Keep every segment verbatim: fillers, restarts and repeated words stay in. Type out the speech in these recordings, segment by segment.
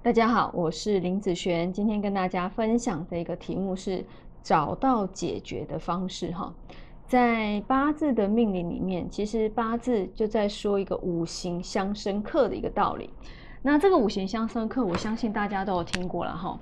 大家好，我是林子璇，今天跟大家分享的一个题目是找到解决的方式哈。在八字的命理里面，其实八字就在说一个五行相生克的一个道理。那这个五行相生克，我相信大家都有听过了哈。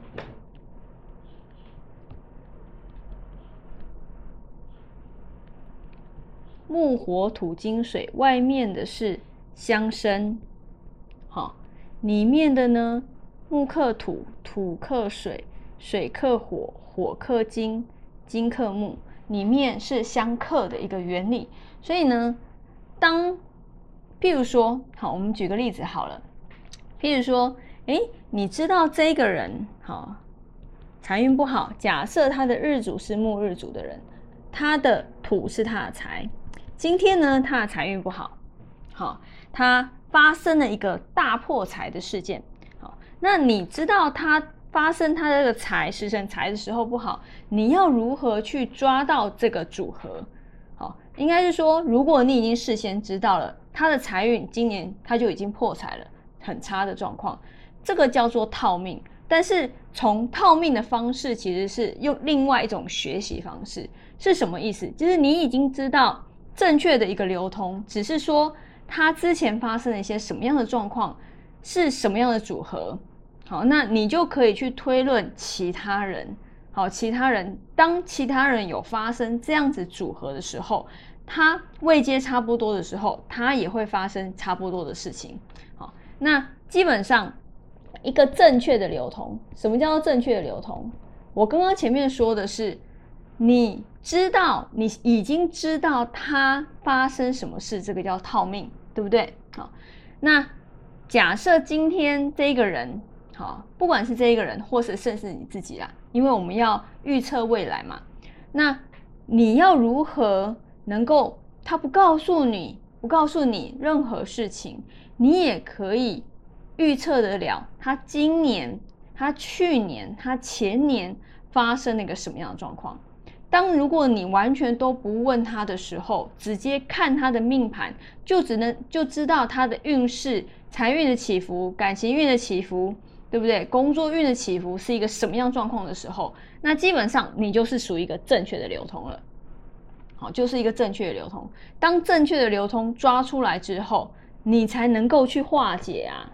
木火土金水，外面的是相生，好，里面的呢，木克土，土克水，水克火，火克金，金克木，里面是相克的一个原理。所以呢，当譬如说，好，我们举个例子好了，譬如说，哎，你知道这个人好财运不好，假设他的日主是木日主的人，他的土是他的财。今天呢，他的财运不好，好，他发生了一个大破财的事件，好，那你知道他发生他这个财食神财的时候不好，你要如何去抓到这个组合？好，应该是说，如果你已经事先知道了他的财运今年他就已经破财了，很差的状况，这个叫做套命。但是从套命的方式其实是用另外一种学习方式，是什么意思？就是你已经知道正确的一个流通，只是说它之前发生了一些什么样的状况，是什么样的组合，好，那你就可以去推论其他人，好，其他人当其他人有发生这样子组合的时候，他位阶差不多的时候，他也会发生差不多的事情，好，那基本上一个正确的流通，什么叫做正确的流通？我刚刚前面说的是，你知道，你已经知道它发生什么事，这个叫套命，对不对？好，那假设今天这个人，好，不管是这一个人，或是甚至你自己啦，因为我们要预测未来嘛，那你要如何能够，他不告诉你，不告诉你任何事情，你也可以预测得了他今年、他去年、他前年发生了一个什么样的状况。当如果你完全都不问他的时候，直接看他的命盘，就只能就知道他的运势、财运的起伏、感情运的起伏，对不对？工作运的起伏是一个什么样状况的时候，那基本上你就是属于一个正确的流通了。好，就是一个正确的流通。当正确的流通抓出来之后，你才能够去化解啊。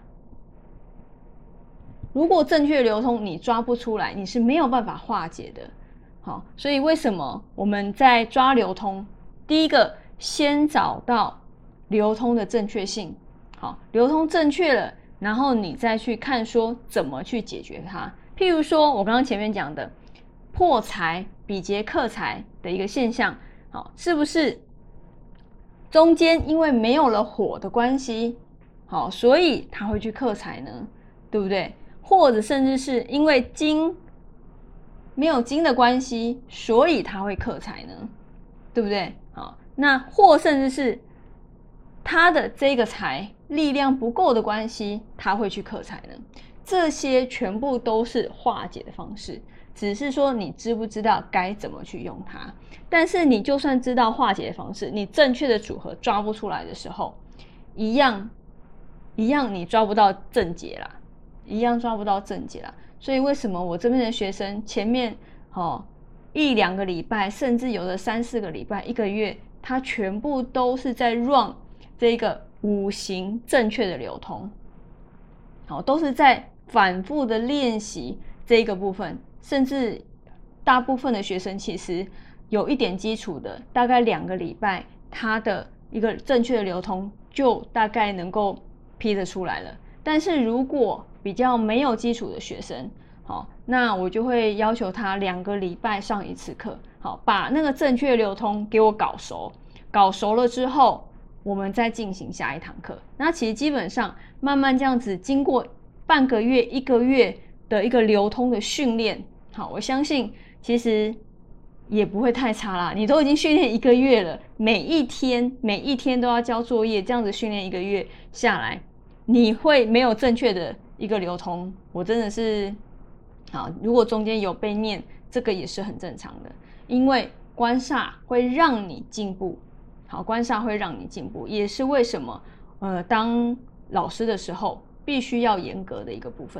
如果正确的流通你抓不出来，你是没有办法化解的。好，所以为什么我们在抓流通？第一个，先找到流通的正确性。好，流通正确了，然后你再去看说怎么去解决它。譬如说，我刚刚前面讲的破财、比劫克财的一个现象，好，是不是中间因为没有了火的关系，好，所以它会去克财呢？对不对？或者甚至是因为金没有金的关系，所以它会克财呢，对不对？好，那或甚至是他的这个财力量不够的关系，他会去克财呢。这些全部都是化解的方式，只是说你知不知道该怎么去用它。但是你就算知道化解的方式，你正确的组合抓不出来的时候，一样一样你抓不到正解啦，一样抓不到正解啦。所以为什么我这边的学生前面哦一两个礼拜，甚至有的三四个礼拜、一个月，他全部都是在 run 这个五行正确的流通，好，都是在反复的练习这个部分，甚至大部分的学生其实有一点基础的，大概两个礼拜，他的一个正确的流通就大概能够批得出来了。但是如果比较没有基础的学生，好，那我就会要求他两个礼拜上一次课，好，把那个正确流通给我搞熟，搞熟了之后，我们再进行下一堂课。那其实基本上慢慢这样子，经过半个月、一个月的一个流通的训练，好，我相信其实也不会太差啦。你都已经训练一个月了，每一天每一天都要交作业，这样子训练一个月下来，你会没有正确的一个流通，我真的是好。如果中间有被念，这个也是很正常的，因为官煞会让你进步。好，官煞会让你进步，也是为什么呃当老师的时候必须要严格的一个部分。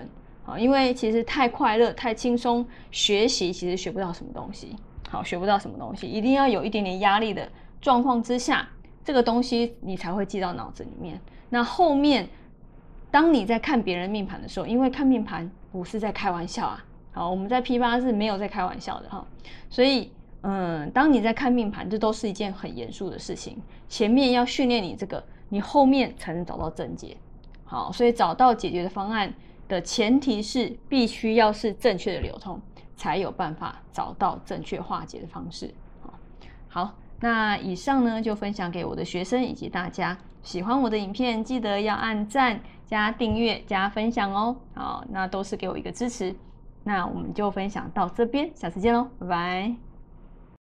好，因为其实太快乐、太轻松，学习其实学不到什么东西。好，学不到什么东西，一定要有一点点压力的状况之下，这个东西你才会记到脑子里面。那后面，当你在看别人命盘的时候，因为看命盘不是在开玩笑啊，好，我们在批八字没有在开玩笑的哈，所以，嗯，当你在看命盘，这都是一件很严肃的事情。前面要训练你这个，你后面才能找到症结。好，所以找到解决的方案的前提是，必须要是正确的流通，才有办法找到正确化解的方式。好，那以上呢就分享给我的学生以及大家。喜欢我的影片，记得要按赞、加订阅、加分享哦。好，那都是给我一个支持。那我们就分享到这边，下次见喽，拜拜。